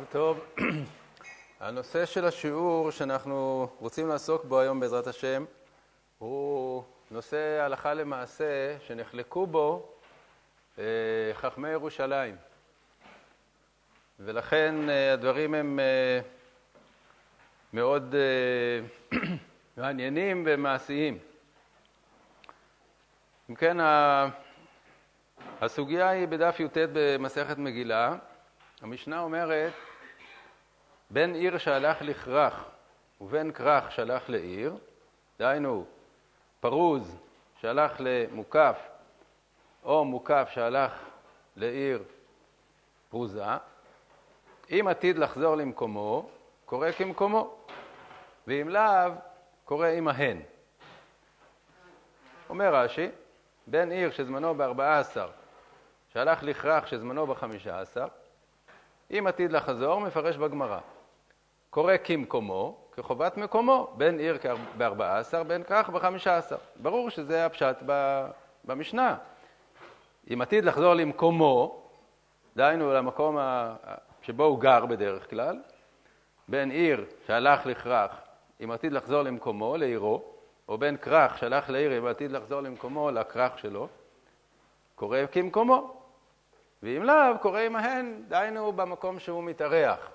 טוב, הנושא של השיעור שאנחנו רוצים לעסוק בו היום בעזרת השם הוא נושא הלכה למעשה שנחלקו בו חכמי ירושלים, ולכן הדברים הם מאוד מעניינים ומעשיים. אם כן, הסוגיה היא בדף י"ט במסכת מגילה. המשנה אומרת, בין עיר שהלך לכרך ובין כרך שהלך לעיר, דהיינו פרוז שהלך למוקף או מוקף שהלך לעיר פרוזה, אם עתיד לחזור למקומו, קורא כמקומו, ואם לאו, קורא עמהן. אומר רש"י, בין עיר שזמנו ב-14 שהלך לכרך שזמנו ב-15, אם עתיד לחזור, מפרש בגמרא. קורא כמקומו, כחובת מקומו, בין עיר ב-14, בין כרך ב-15. ברור שזה הפשט במשנה. אם עתיד לחזור למקומו, דהיינו למקום שבו הוא גר בדרך כלל, בין עיר שהלך לכרך, אם עתיד לחזור למקומו, לעירו, או בין כרך שהלך לעיר, אם עתיד לחזור למקומו, לכרך שלו, קורא כמקומו. ואם לאו, קורא עמהן, דהיינו במקום שהוא מתארח.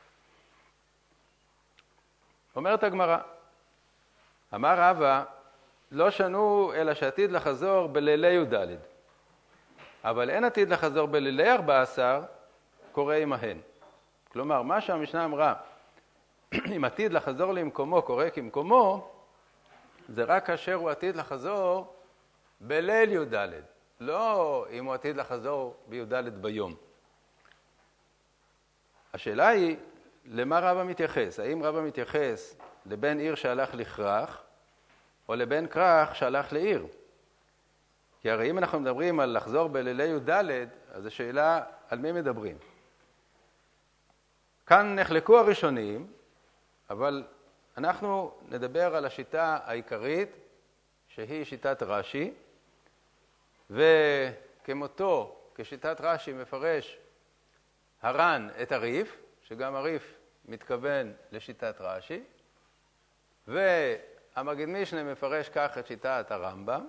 אומרת הגמרא, אמר רבא, לא שנו אלא שעתיד לחזור בלילי י"ד, אבל אין עתיד לחזור בלילי 14, קורא עמהן. כלומר, מה שהמשנה אמרה, אם עתיד לחזור למקומו, קורא כמקומו, זה רק כאשר הוא עתיד לחזור בליל י"ד. לא אם הוא עתיד לחזור בי"ד ביום. השאלה היא, למה רבא מתייחס? האם רבא מתייחס לבין עיר שהלך לכרך, או לבין כרך שהלך לעיר? כי הרי אם אנחנו מדברים על לחזור בלילי י"ד, אז השאלה על מי מדברים. כאן נחלקו הראשונים, אבל אנחנו נדבר על השיטה העיקרית, שהיא שיטת רש"י, וכמותו, כשיטת רש"י מפרש הר"ן את הריף, שגם הריף מתכוון לשיטת רש"י, והמגיד משנה מפרש כך את שיטת הרמב"ם,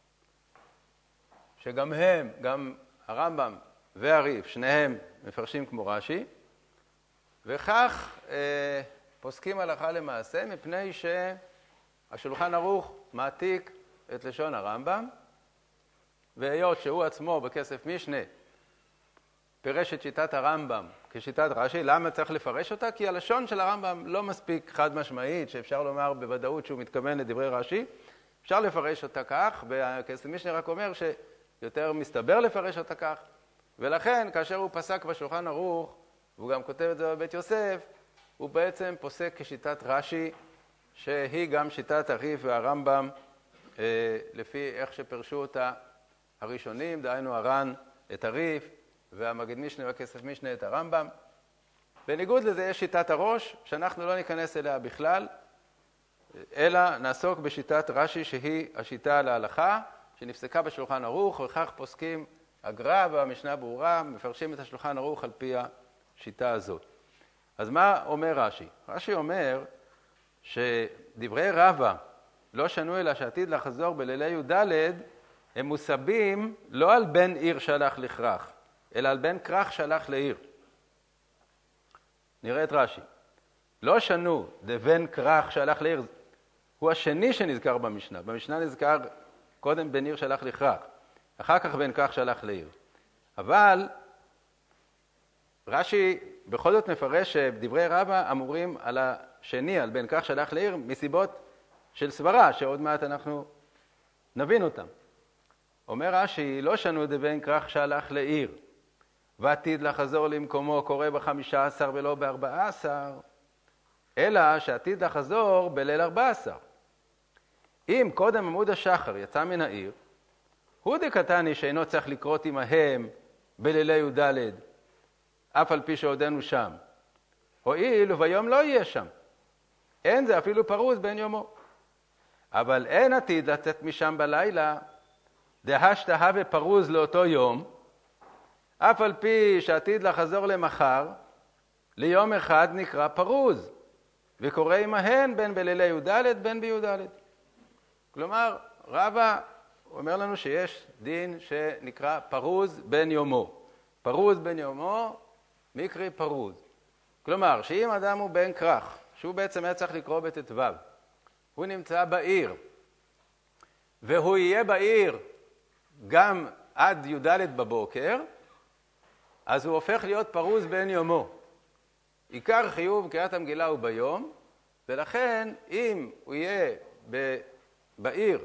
שגם הם, גם הרמב"ם והריף, שניהם מפרשים כמו רש"י, וכך פוסקים הלכה למעשה, מפני שהשולחן ערוך מעתיק את לשון הרמב"ם, והיות שהוא עצמו בכסף משנה פירש את שיטת הרמב"ם כשיטת רש"י, למה צריך לפרש אותה? כי הלשון של הרמב"ם לא מספיק חד משמעית, שאפשר לומר בוודאות שהוא מתכוון לדברי רש"י. אפשר לפרש אותה כך, וכסף משנה רק אומר שיותר מסתבר לפרש אותה כך, ולכן כאשר הוא פסק בשולחן ערוך, והוא גם כותב את זה בבית יוסף, הוא בעצם פוסק כשיטת רש"י, שהיא גם שיטת הריף והרמב"ם, לפי איך שפרשו אותה הראשונים, דהיינו הר"ן את הריף, והמגיד משנה והכסף משנה את הרמב"ם. בניגוד לזה יש שיטת הראש, שאנחנו לא ניכנס אליה בכלל, אלא נעסוק בשיטת רש"י, שהיא השיטה להלכה, שנפסקה בשולחן ערוך, וכך פוסקים הגר"א והמשנה ברורה, מפרשים את השולחן ערוך על פי השיטה הזאת. אז מה אומר רש"י? רש"י אומר שדברי רבא לא שנו אלא שעתיד לחזור בלילי י"ד, הם מוסבים לא על בין עיר שהלך לכרך, אלא על בין כרך שהלך לעיר. נראה את רש"י. לא שנו דבין כרך שהלך לעיר, הוא השני שנזכר במשנה. במשנה נזכר קודם בין עיר שהלך לכרך, אחר כך בין כרך שהלך לעיר. אבל רש"י בכל זאת מפרש שדברי רבא אמורים על השני, על בין כרך שהלך לעיר, מסיבות של סברה, שעוד מעט אנחנו נבין אותם. אומר רש"י, לא שנו דבין כרך שהלך לעיר, ועתיד לחזור למקומו קורא ב-15 ולא ב-14, אלא שעתיד לחזור בליל 14. אם קודם עמוד השחר יצא מן העיר, הוא דקתני שאינו צריך לקרות עמהם בלילי י"ד, אף על פי שעודנו שם. הואיל וביום לא יהיה שם. אין זה אפילו פרוז בין יומו. אבל אין עתיד לצאת משם בלילה, דהשתהה ופרוז לאותו יום, אף על פי שעתיד לחזור למחר, ליום אחד נקרא פרוז, וקורא עמהן בין בלילי י"ד בין בי"ד. כלומר, רבא אומר לנו שיש דין שנקרא פרוז בן יומו. פרוז בן יומו, מקרי פרוז. כלומר, שאם אדם הוא בן כרך, שהוא בעצם היה צריך לקרוא בט"ו, הוא נמצא בעיר, והוא יהיה בעיר גם עד י"ד בבוקר, אז הוא הופך להיות פרוז בן יומו. עיקר חיוב קריאת המגילה הוא ביום, ולכן אם הוא יהיה בעיר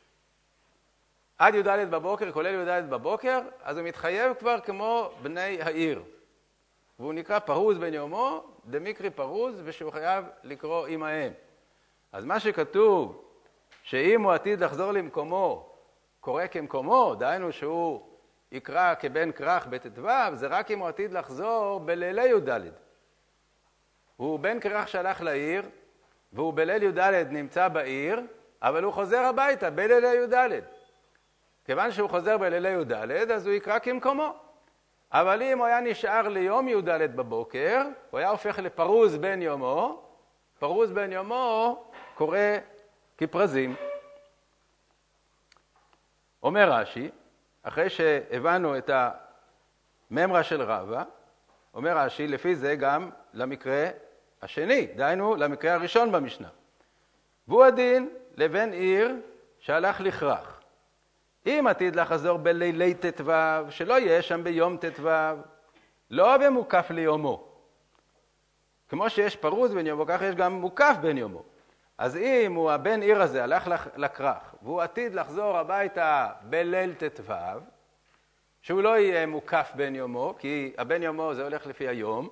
עד י"ד בבוקר, כולל י"ד בבוקר, אז הוא מתחייב כבר כמו בני העיר. והוא נקרא פרוז בן יומו, דמיקרי פרוז, ושהוא חייב לקרוא עמהם. אז מה שכתוב, שאם הוא עתיד לחזור למקומו, קורא כמקומו, דהיינו שהוא יקרא כבן כרך בט"ו, זה רק אם הוא עתיד לחזור בלילי י"ד. הוא בן כרך שהלך לעיר, והוא בליל י"ד נמצא בעיר, אבל הוא חוזר הביתה בלילי י"ד. כיוון שהוא חוזר בלילי י"ד, אז הוא יקרא כמקומו. אבל אם הוא היה נשאר ליום י"ד בבוקר, הוא היה הופך לפרוז בן יומו. פרוז בן יומו קורא כפרזים. אומר רש"י, אחרי שהבנו את הממרה של רבא, אומר רש"י, לפי זה גם למקרה השני, דהיינו למקרה הראשון במשנה. והוא הדין לבן עיר שהלך לכרך. אם עתיד לחזור בלילי ט"ו, שלא יהיה שם ביום ט"ו, לא במוקף ליומו. כמו שיש פרוז בן יומו, כך יש גם מוקף בן יומו. אז אם הוא הבן עיר הזה הלך לכרך, והוא עתיד לחזור הביתה בליל ט"ו, שהוא לא יהיה מוקף בן יומו, כי הבן יומו זה הולך לפי היום,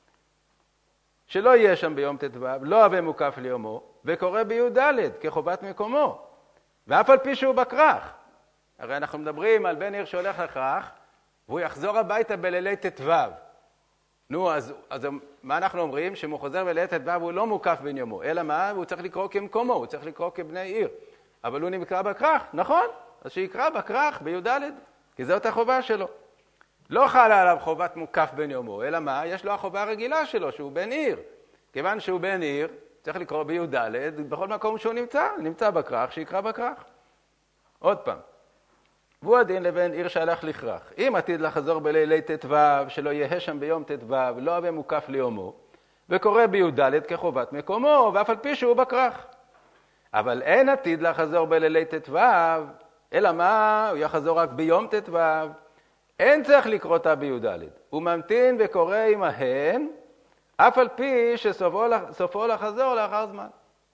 שלא יהיה שם ביום ט"ו, לא הבן מוקף ליומו, וקורא בי"ד כחובת מקומו, ואף על פי שהוא בכרך. הרי אנחנו מדברים על בן עיר שהולך לכרך, והוא יחזור הביתה בלילי ט"ו. נו, אז מה אנחנו אומרים? שאם הוא חוזר בלילי ט"ו הוא לא מוקף בן יומו, אלא מה? הוא צריך לקרוא כמקומו, הוא צריך לקרוא כבני עיר. אבל הוא נקרא בכרך, נכון? אז שיקרא בכרך בי"ד, כי זאת החובה שלו. לא חלה עליו חובת מוקף בן יומו, אלא מה? יש לו החובה הרגילה שלו, שהוא בן עיר. כיוון שהוא בן עיר, צריך לקרוא בי"ד, בכל מקום שהוא נמצא בכרך, שיקרא בכרך. עוד פעם. והוא הדין לבן עיר שהלך לכרך. אם עתיד לחזור בלילי ט"ו, שלא יהיה שם ביום ט"ו, לא הבן מוקף ליומו, וקורא בי"ד כחובת מקומו, ואף על פי שהוא בכרך. אבל אין עתיד לחזור בלילי ט"ו, אלא מה? הוא יחזור רק ביום ט"ו. אין צריך לקרוא אותה בי"ד. הוא ממתין וקורא עמהן, אף על פי שסופו לחזור לאחר זמן.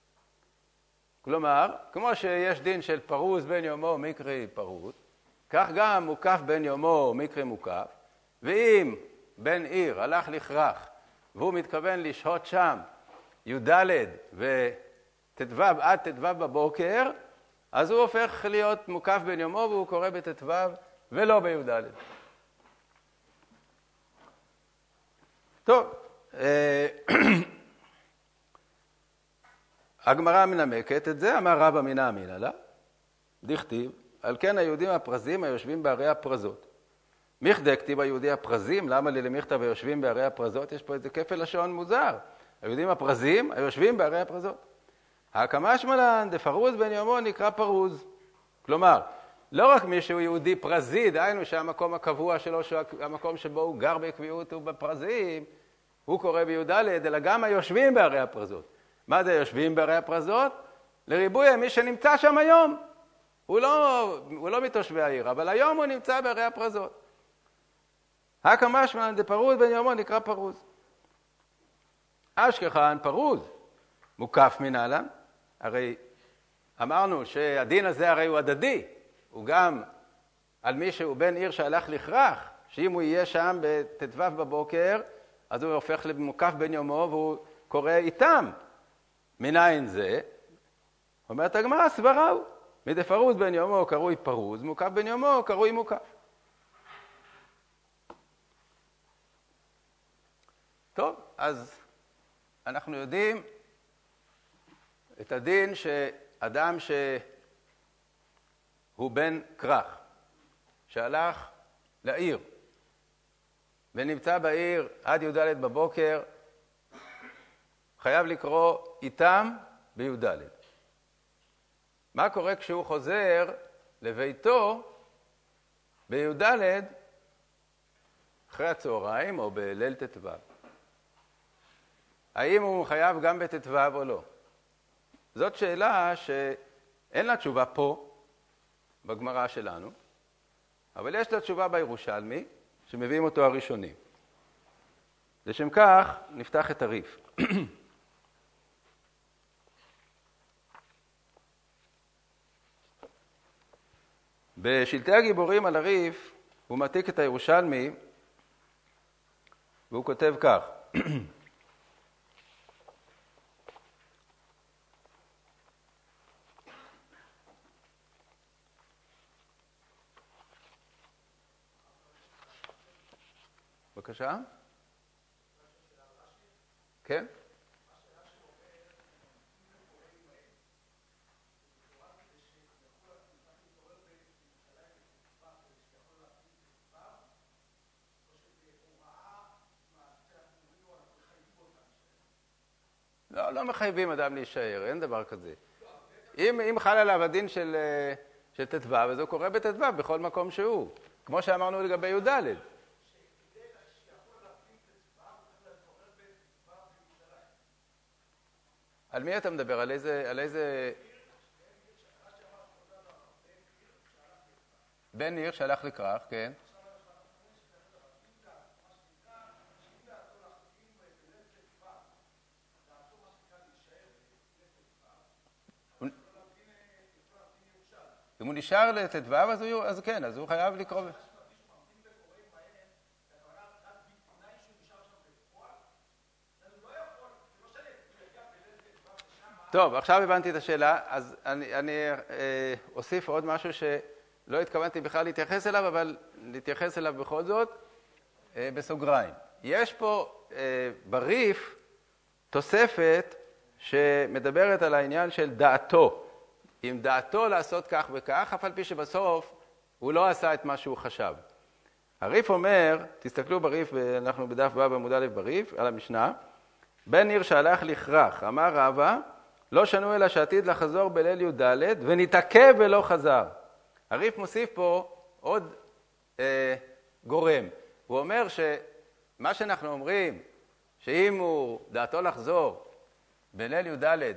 כלומר, כמו שיש דין של פרוז בן יומו מקרי פרוז, כך גם מוקף בן יומו מקרי מוקף, ואם בן עיר הלך לכרך והוא מתכוון לשהות שם י"ד וט"ו עד ט"ו בבוקר, אז הוא הופך להיות מוקף בן יומו והוא קורא בט"ו ולא בי"ד. טוב, הגמרא מנמקת את זה, אמר רבא מינא אמינא לה, דכתיב, על כן היהודים הפרזים היושבים בערי הפרזות. מכדי כתיב היהודי הפרזים, למה לי למכתב היושבים בערי הפרזות? יש פה איזה כפל לשון מוזר. היהודים הפרזים היושבים בערי הפרזות. הקמשמע לן דפרוז בן יומו נקרא פרוז. כלומר, לא רק מי שהוא יהודי פרזי, דהיינו שהמקום הקבוע שלו, המקום שבו הוא גר בקביעות הוא בפרזים, הוא קורא בי"ד, אלא גם היושבים בערי הפרזות. מה זה יושבים בערי הפרזות? לריבוי מי שנמצא שם היום. הוא לא מתושבי העיר, אבל היום הוא נמצא בערי הפרזות. הקמשמע לן דפרוז בן יומו נקרא פרוז. אשכחן פרוז מוקף מנהלן. הרי אמרנו שהדין הזה הרי הוא הדדי. הוא גם על מי שהוא בן עיר שהלך לכרך, שאם הוא יהיה שם בט"ו בבוקר, אז הוא הופך למוקף בן יומו והוא קורא איתם. מניין זה? אומרת הגמרא, סברה הוא. מדפרוז בן יומו קרוי פרוז, מוקף בן יומו קרוי מוקף. טוב, אז אנחנו יודעים את הדין שאדם שהוא בן כרך, שהלך לעיר, ונמצא בעיר עד י"ד בבוקר, חייב לקרוא איתם בי"ד. מה קורה כשהוא חוזר לביתו בי"ד אחרי הצהריים או בליל ט"ו? האם הוא חייב גם בט"ו או לא? זאת שאלה שאין לה תשובה פה בגמרא שלנו, אבל יש לה תשובה בירושלמי שמביאים אותו הראשונים. לשם כך נפתח את הריף. בשלטי הגיבורים על הריף הוא מעתיק את הירושלמי והוא כותב כך: בבקשה? כן? לא מחייבים אדם להישאר, אין דבר כזה. אם חל עליו הדין של ט"ו, אז הוא קורא בט"ו בכל מקום שהוא, כמו שאמרנו לגבי י"ד. על מי אתה מדבר? על איזה... בן עיר שהלך לכרך, כן. אם הוא נשאר לט"ו, אז כן, אז הוא חייב לקרוא... טוב, עכשיו הבנתי את השאלה, אז אני אוסיף עוד משהו שלא התכוונתי בכלל להתייחס אליו, אבל להתייחס אליו בכל זאת, בסוגריים. יש פה בריף תוספת שמדברת על העניין של דעתו. עם דעתו לעשות כך וכך, אף על פי שבסוף הוא לא עשה את מה שהוא חשב. הריף אומר, תסתכלו בריף, אנחנו בדף ו' בעמוד א' בריף, על המשנה, בן עיר שהלך לכרך, אמר רבא, לא שנו אלא שעתיד לחזור בליל י"ד, ונתעכב ולא חזר. הריף מוסיף פה עוד גורם. הוא אומר שמה שאנחנו אומרים, שאם הוא דעתו לחזור בליל י"ד,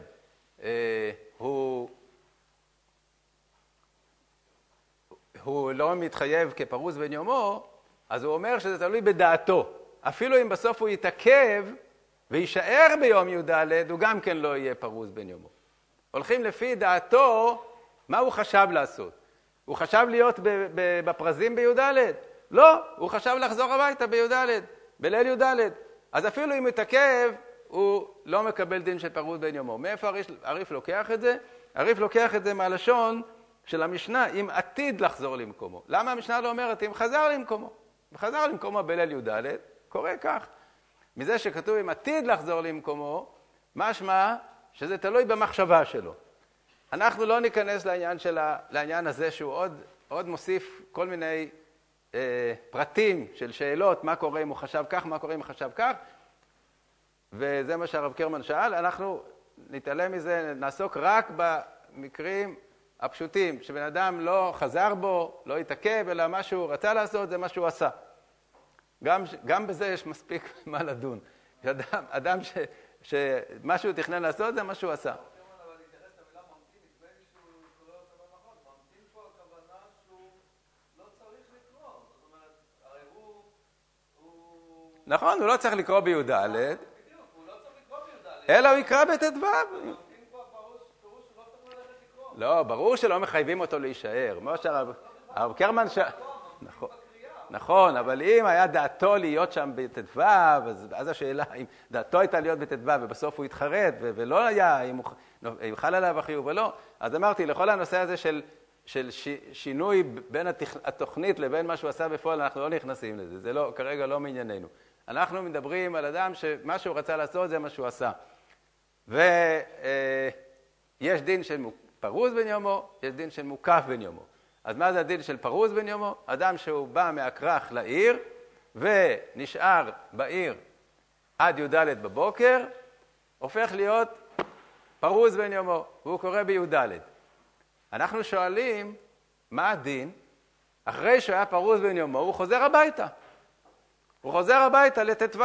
הוא לא מתחייב כפרוס בן יומו, אז הוא אומר שזה תלוי בדעתו. אפילו אם בסוף הוא יתעכב ויישאר ביום י"ד, הוא גם כן לא יהיה פרוס בן יומו. הולכים לפי דעתו, מה הוא חשב לעשות? הוא חשב להיות בפרזים בי"ד? לא, הוא חשב לחזור הביתה בי"ד, בליל י"ד. אז אפילו אם הוא יתעכב, הוא לא מקבל דין של פרוס בן יומו. מאיפה הריף לוקח את זה? הריף לוקח את זה מהלשון של המשנה, אם עתיד לחזור למקומו. למה המשנה לא אומרת, אם חזר למקומו? אם חזר למקומו בליל י"ד, קורה כך. מזה שכתוב אם עתיד לחזור למקומו, משמע שזה תלוי במחשבה שלו. אנחנו לא ניכנס לעניין הזה שהוא עוד מוסיף כל מיני פרטים של שאלות, מה קורה אם הוא חשב כך, מה קורה אם הוא חשב כך, וזה מה שהרב קרמן שאל. אנחנו נתעלם מזה, נעסוק רק במקרים הפשוטים, שבן אדם לא חזר בו, לא התעכב, אלא מה שהוא רצה לעשות זה מה שהוא עשה. גם בזה יש מספיק מה לדון. אדם שמה שהוא תכנן לעשות זה מה שהוא עשה. אבל להתייחס למילה ממתין, נדמה לי שהוא קורא אותה במחוז. ממתין פה הכוונה שהוא לא צריך לקרוא. זאת אומרת, הרי הוא... נכון, הוא לא צריך לקרוא בי"ד. בדיוק, הוא לא צריך לקרוא בי"ד. אלא הוא יקרא בט"ו. ממתין פה פירוש שהוא לא צריך ללכת לקרוא. לא, ברור שלא מחייבים אותו להישאר. מה שהרב קרמן נכון, אבל אם היה דעתו להיות שם בט"ו, אז השאלה אם דעתו הייתה להיות בט"ו ובסוף הוא התחרט ולא היה, אם חל עליו החיוב ולא, אז אמרתי, לכל הנושא הזה של שינוי בין התוכנית לבין מה שהוא עשה בפועל, אנחנו לא נכנסים לזה, זה לא, כרגע לא מענייננו. אנחנו מדברים על אדם שמה שהוא רצה לעשות זה מה שהוא עשה. ויש דין של פרוס בן יומו, יש דין של מוקף בן יומו. אז מה זה הדין של פרוס בן יומו? אדם שהוא בא מהכרך לעיר, ונשאר בעיר עד י"ד בבוקר, הופך להיות פרוז בן יומו, והוא קורא בי"ד. אנחנו שואלים, מה הדין? אחרי שהוא היה פרוז בן יומו, הוא חוזר הביתה. הוא חוזר הביתה לט"ו.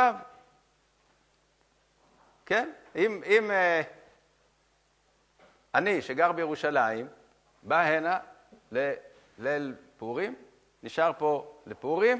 כן? אם אני, שגר בירושלים, בא הנה לליל פורים, נשאר פה לפורים,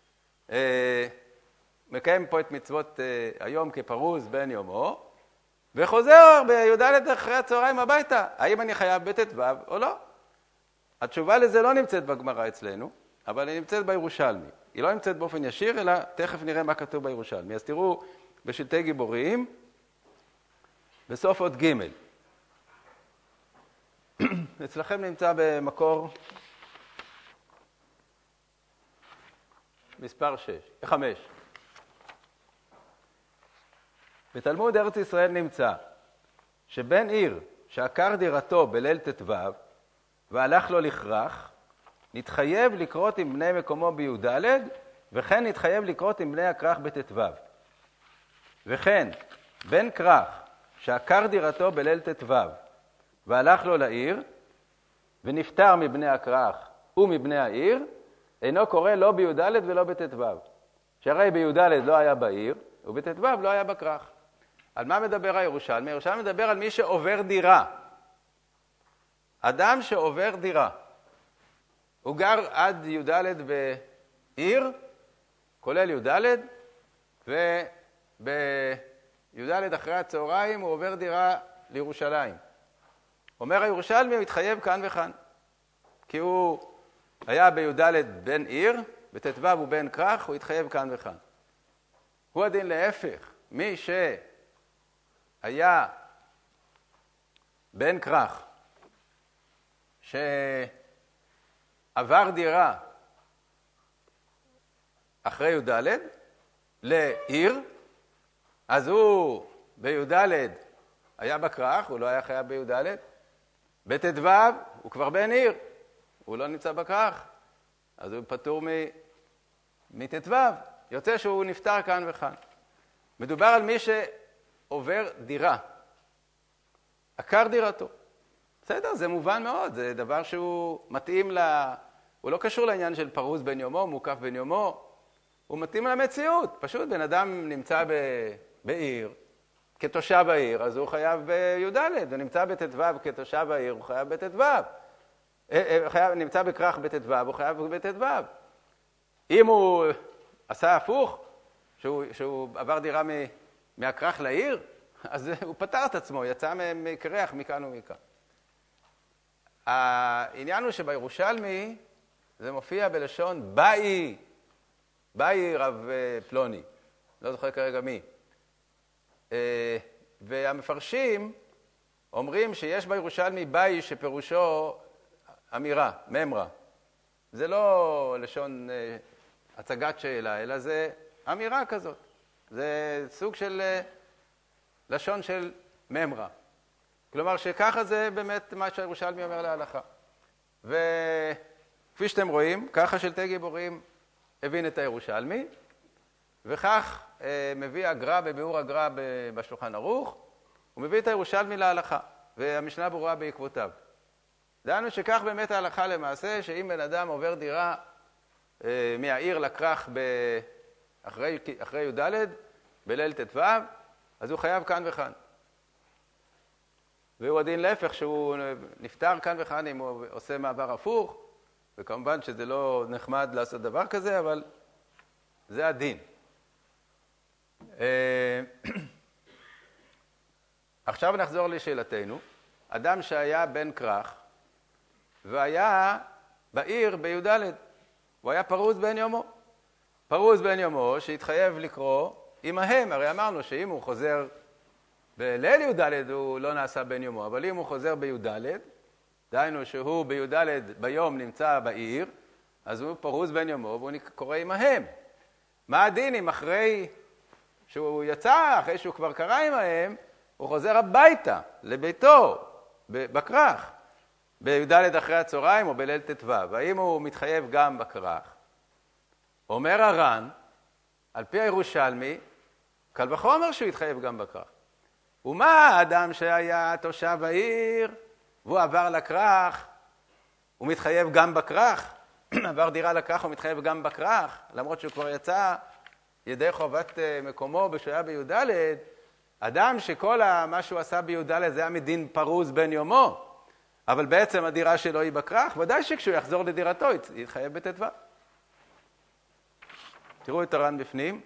מקיים פה את מצוות היום כפרוז בן יומו, וחוזר בי"ד אחרי הצהריים הביתה. האם אני חייב בט"ו או לא? התשובה לזה לא נמצאת בגמרא אצלנו, אבל היא נמצאת בירושלמי. היא לא נמצאת באופן ישיר, אלא תכף נראה מה כתוב בירושלמי. אז תראו בשלטי גיבורים, בסוף עוד ג' אצלכם נמצא במקור מספר 5. בתלמוד ארץ ישראל נמצא שבן עיר שעקר דירתו בליל ט"ו והלך לו לכרך, נתחייב לקרות עם בני מקומו בי"ד, וכן נתחייב לקרות עם בני הכרך בט"ו. וכן, בן כרך שעקר דירתו בליל ט"ו והלך לו לעיר, ונפטר מבני הכרך ומבני העיר, אינו קורא לא בי"ד ולא בט"ו. שהרי בי"ד לא היה בעיר, ובט"ו לא היה בכרך. על מה מדבר הירושלמי? הירושלמי מדבר על מי שעובר דירה. אדם שעובר דירה. הוא גר עד י"ד בעיר, כולל י"ד, ובי"ד אחרי הצהריים הוא עובר דירה לירושלים. אומר הירושלמי, הוא התחייב כאן וכאן. כי הוא היה בי"ד בן עיר, בט"ו הוא בן כרך, הוא התחייב כאן וכאן. הוא הדין להפך. מי שהיה בן כרך, שעבר דירה אחרי י"ד לעיר, אז הוא בי"ד היה בכרך, הוא לא היה חייב בי"ד. בט"ו הוא כבר בן עיר, הוא לא נמצא בכרך, אז הוא פטור מט"ו. יוצא שהוא נפטר כאן וכאן. מדובר על מי שעובר דירה, עקר דירתו. בסדר, זה מובן מאוד, זה דבר שהוא מתאים הוא לא קשור לעניין של פרוז בן יומו, מוקף בן יומו, הוא מתאים למציאות. פשוט בן אדם נמצא בעיר, כתושב העיר, אז הוא חייב בי"ד, הוא נמצא בט"ו כתושב העיר, הוא חייב בט"ו. נמצא בכרך בט"ו, הוא חייב בט"ו. אם הוא עשה הפוך, שהוא עבר דירה מהכרך לעיר, אז הוא פטר את עצמו, יצא מכרך מכאן ומכאן. העניין הוא שבירושלמי זה מופיע בלשון באי רב פלוני, לא זוכר כרגע מי. והמפרשים אומרים שיש בירושלמי באי שפירושו אמירה, ממרה. זה לא לשון הצגת שאלה, אלא זה אמירה כזאת. זה סוג של לשון של ממרה. כלומר שככה זה באמת מה שהירושלמי אומר להלכה. וכפי שאתם רואים, ככה שלטי גיבורים הבין את הירושלמי, וכך מביא הגר"א בביאור הגר"א בשולחן ערוך, הוא מביא את הירושלמי להלכה, והמשנה ברורה בעקבותיו. דענו שכך באמת ההלכה למעשה, שאם בן אדם עובר דירה מהעיר לכרך אחרי י"ד, בליל ט"ו, אז הוא חייב כאן וכאן. והוא הדין להפך, שהוא נפטר כאן וכאן אם הוא עושה מעבר הפוך, וכמובן שזה לא נחמד לעשות דבר כזה, אבל זה הדין. עכשיו נחזור לשאלתנו. אדם שהיה בן כרך, והיה בעיר בי"ד, הוא היה פרוז בן יומו. פרוז בן יומו שהתחייב לקרוא עמהם, הרי אמרנו שאם הוא חוזר בליל י"ד הוא לא נעשה בן יומו, אבל אם הוא חוזר בי"ד, דהיינו שהוא בי"ד ביום נמצא בעיר, אז הוא פרוז בן יומו והוא קורא עמהם. מה הדין אם אחרי שהוא יצא, אחרי שהוא כבר קרא עמהם, הוא חוזר הביתה, לביתו, בכרך, בי"ד אחרי הצהריים או בליל ט"ו, והאם הוא מתחייב גם בכרך? אומר הר"ן, על פי הירושלמי, קל וחומר שהוא יתחייב גם בכרך. ומה האדם שהיה תושב העיר, והוא עבר לכרך, הוא מתחייב גם בכרך? עבר דירה לכרך, הוא מתחייב גם בכרך, למרות שהוא כבר יצא ידי חובת מקומו בשעה בי"ד, אדם שכל מה שהוא עשה בי"ד זה היה מדין פרוז בן יומו, אבל בעצם הדירה שלו היא בכרך, ודאי שכשהוא יחזור לדירתו יתחייב בט"ו. תראו את הר"ן בפנים.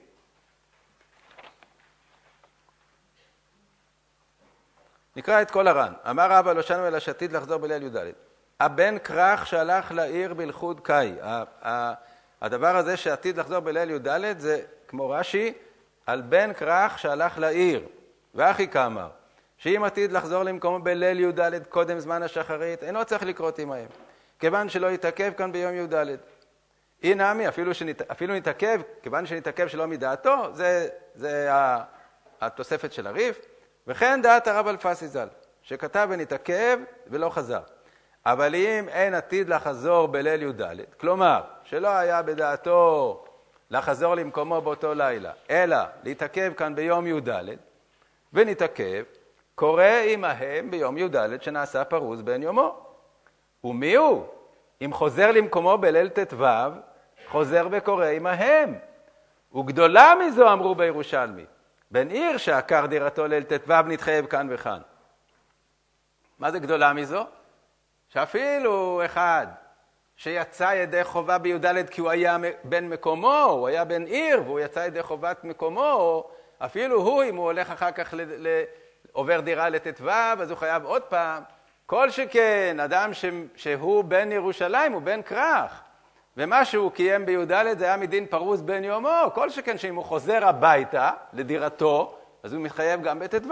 נקרא את כל הר"ן. אמר רבא לא שנו אלא שעתיד לחזור בליל י"ד. הבן כרך שהלך לעיר בלכוד קאי. הדבר הזה שעתיד לחזור בליל י"ד זה כמו רש"י, על בן כרך שהלך לעיר. ואחי כאמר, שאם עתיד לחזור למקומו בליל י"ד קודם זמן השחרית, אינו צריך לקרות עמהם, כיוון שלא יתעכב כאן ביום י"ד. הנה עמי, אפילו נתעכב, כיוון שנתעכב שלא מדעתו, זה התוספת של הריף. וכן דעת הרב אלפסי ז"ל, שכתב ונתעכב ולא חזר. אבל אם אין עתיד לחזור בליל י"ד, כלומר, שלא היה בדעתו לחזור למקומו באותו לילה, אלא להתעכב כאן ביום י"ד, ונתעכב, קורא עמהם ביום י"ד שנעשה פרוז בן יומו. ומי הוא? אם חוזר למקומו בליל ט"ו, חוזר וקורא עמהם. וגדולה מזו אמרו בירושלמי, בן עיר שעקר דירתו ליל ט"ו נתחייב כאן וכאן. מה זה גדולה מזו? שאפילו אחד שיצא ידי חובה בי"ד כי הוא היה בן מקומו, הוא היה בן עיר והוא יצא ידי חובת מקומו, אפילו הוא, אם הוא הולך אחר כך עובר דירה לט"ו, אז הוא חייב עוד פעם. כל שכן, אדם שהוא בן ירושלים, הוא בן כרך, ומה שהוא קיים בי"ד זה היה מדין פרוז בן יומו, כל שכן שאם הוא חוזר הביתה לדירתו, אז הוא מתחייב גם בט"ו.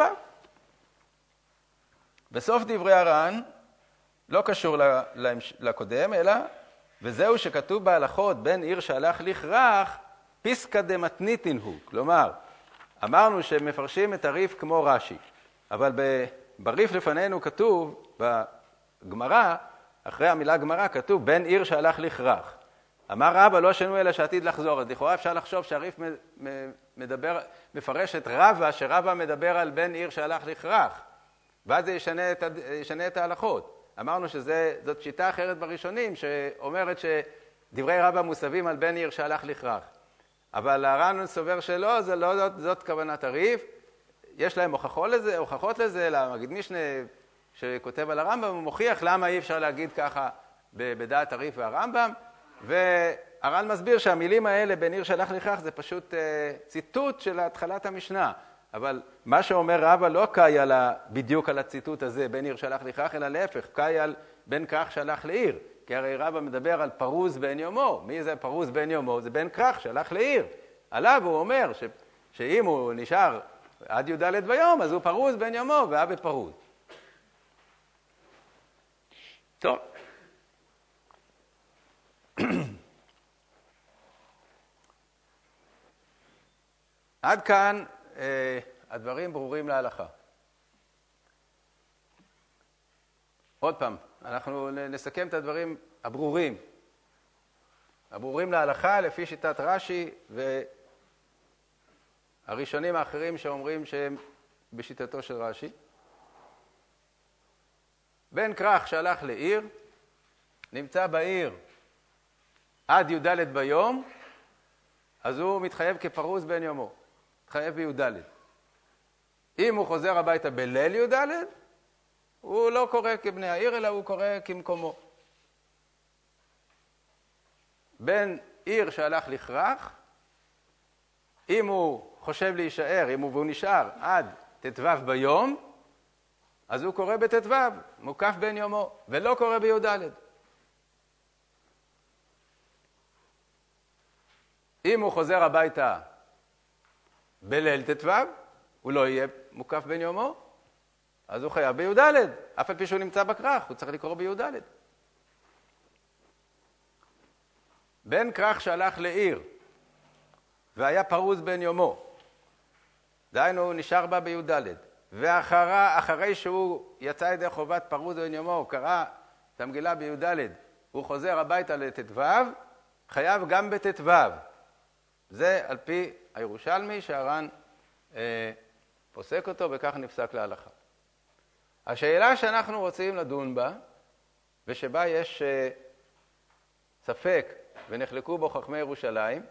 בסוף דברי הר"ן, לא קשור לקודם, אלא, וזהו שכתוב בהלכות, בן עיר שהלך לכרך, פיסקא דמתניתין הוא. כלומר, אמרנו שמפרשים את הריף כמו רש"י, אבל בריף לפנינו כתוב, בגמרא, אחרי המילה גמרא, כתוב בן עיר שהלך לכרך. אמר רבא לא שנו אלא שעתיד לחזור. אז לכאורה אפשר לחשוב שהריף מפרש את רבא, שרבא מדבר על בן עיר שהלך לכרך, ואז זה ישנה את ההלכות. אמרנו שזאת שיטה אחרת בראשונים, שאומרת שדברי רבא מוסבים על בן עיר שהלך לכרך. אבל הר"ן סובר שלא, זאת כוונת הריף. יש להם הוכחות לזה, למגיד משנה שכותב על הרמב"ם, הוא מוכיח למה אי אפשר להגיד ככה בדעת הריף והרמב"ם, והר"ן מסביר שהמילים האלה, בן עיר שהלך לכרך, זה פשוט ציטוט של התחלת המשנה. אבל מה שאומר רבא לא קאי בדיוק על הציטוט הזה, בן עיר שהלך לכרך, אלא להפך, קאי על בן כרך שהלך לעיר. כי הרי רבא מדבר על פרוז בן יומו. מי זה פרוז בן יומו? זה בן כרך שהלך לעיר. עליו הוא אומר שאם הוא נשאר עד י"ד ביום, אז הוא פרוז בן יומו והיה בפרוז. טוב. עד כאן הדברים ברורים להלכה. עוד פעם, אנחנו נסכם את הדברים הברורים להלכה לפי שיטת רש"י והראשונים האחרים שאומרים שהם בשיטתו של רש"י. בן כרך שהלך לעיר, נמצא בעיר עד י"ד ביום, אז הוא מתחייב כפרוז בן יומו, מתחייב בי"ד. אם הוא חוזר הביתה בליל י"ד, הוא לא קורא כבני העיר, אלא הוא קורא כמקומו. בן עיר שהלך לכרך, אם הוא חושב להישאר, והוא נשאר עד ט"ו ביום, אז הוא קורא בט"ו, מוקף בן יומו, ולא קורא בי"ד. אם הוא חוזר הביתה בליל ט"ו, הוא לא יהיה מוקף בן יומו, אז הוא חייב בי"ד, אף על פי שהוא נמצא בכרך, הוא צריך לקרוא בי"ד. בן כרך שהלך לעיר, והיה פרוז בן יומו, דהיינו הוא נשאר בה בי"ד, ואחרי שהוא יצא ידי חובת פרוז בן יומו, הוא קרא את המגילה בי"ד, הוא חוזר הביתה לט"ו, חייב גם בט"ו. זה על פי הירושלמי שהר"ן פוסק אותו, וכך נפסק להלכה. השאלה שאנחנו רוצים לדון בה, ושבה יש ספק ונחלקו בו חכמי ירושלים,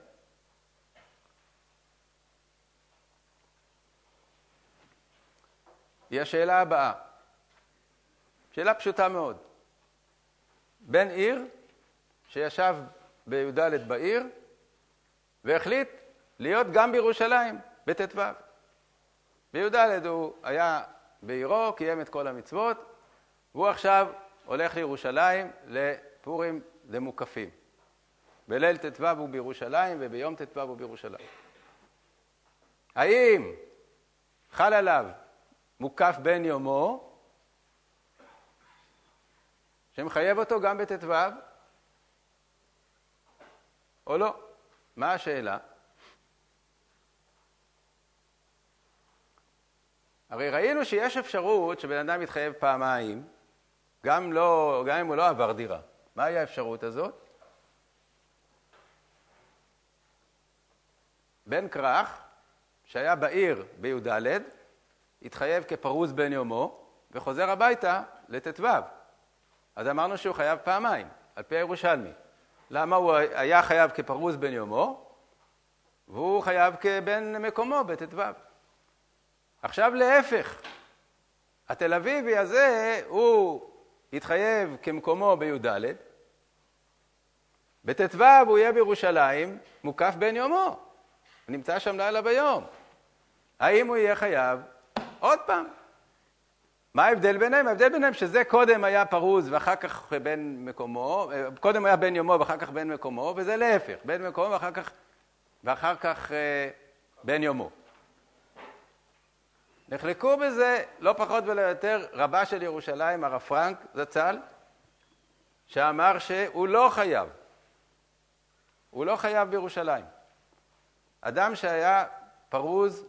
היא השאלה הבאה. שאלה פשוטה מאוד. בן עיר שישב בי"ד בעיר והחליט להיות גם בירושלים, בט"ו. בי"ד הוא היה בעירו, קיים את כל המצוות, והוא עכשיו הולך לירושלים לפורים למוקפים. בליל ט"ו הוא בירושלים וביום ט"ו הוא בירושלים. האם חל עליו מוקף בן יומו, שמחייב אותו גם בט"ו, או לא? מה השאלה? הרי ראינו שיש אפשרות שבן אדם יתחייב פעמיים, גם אם הוא לא עבר דירה. מהי האפשרות הזאת? בן כרך, שהיה בעיר בי"ד, התחייב כפרוז בן יומו, וחוזר הביתה לט"ו. אז אמרנו שהוא חייב פעמיים, על פי הירושלמי. למה הוא היה חייב כפרוז בן יומו, והוא חייב כבן מקומו בט"ו? עכשיו להפך, התל אביבי הזה הוא התחייב כמקומו בי"ד, בט"ו הוא יהיה בירושלים מוקף בן יומו, הוא נמצא שם לילה ביום. האם הוא יהיה חייב? עוד פעם. מה ההבדל ביניהם? ההבדל ביניהם שזה קודם היה פרוז ואחר כך בן מקומו, קודם היה בן יומו ואחר כך בן מקומו, וזה להפך, בן מקומו ואחר כך בן יומו. נחלקו בזה לא פחות ולא יותר רבה של ירושלים, הרב פרנק זצ"ל, שאמר שהוא לא חייב. הוא לא חייב בירושלים. אדם שהיה פרוז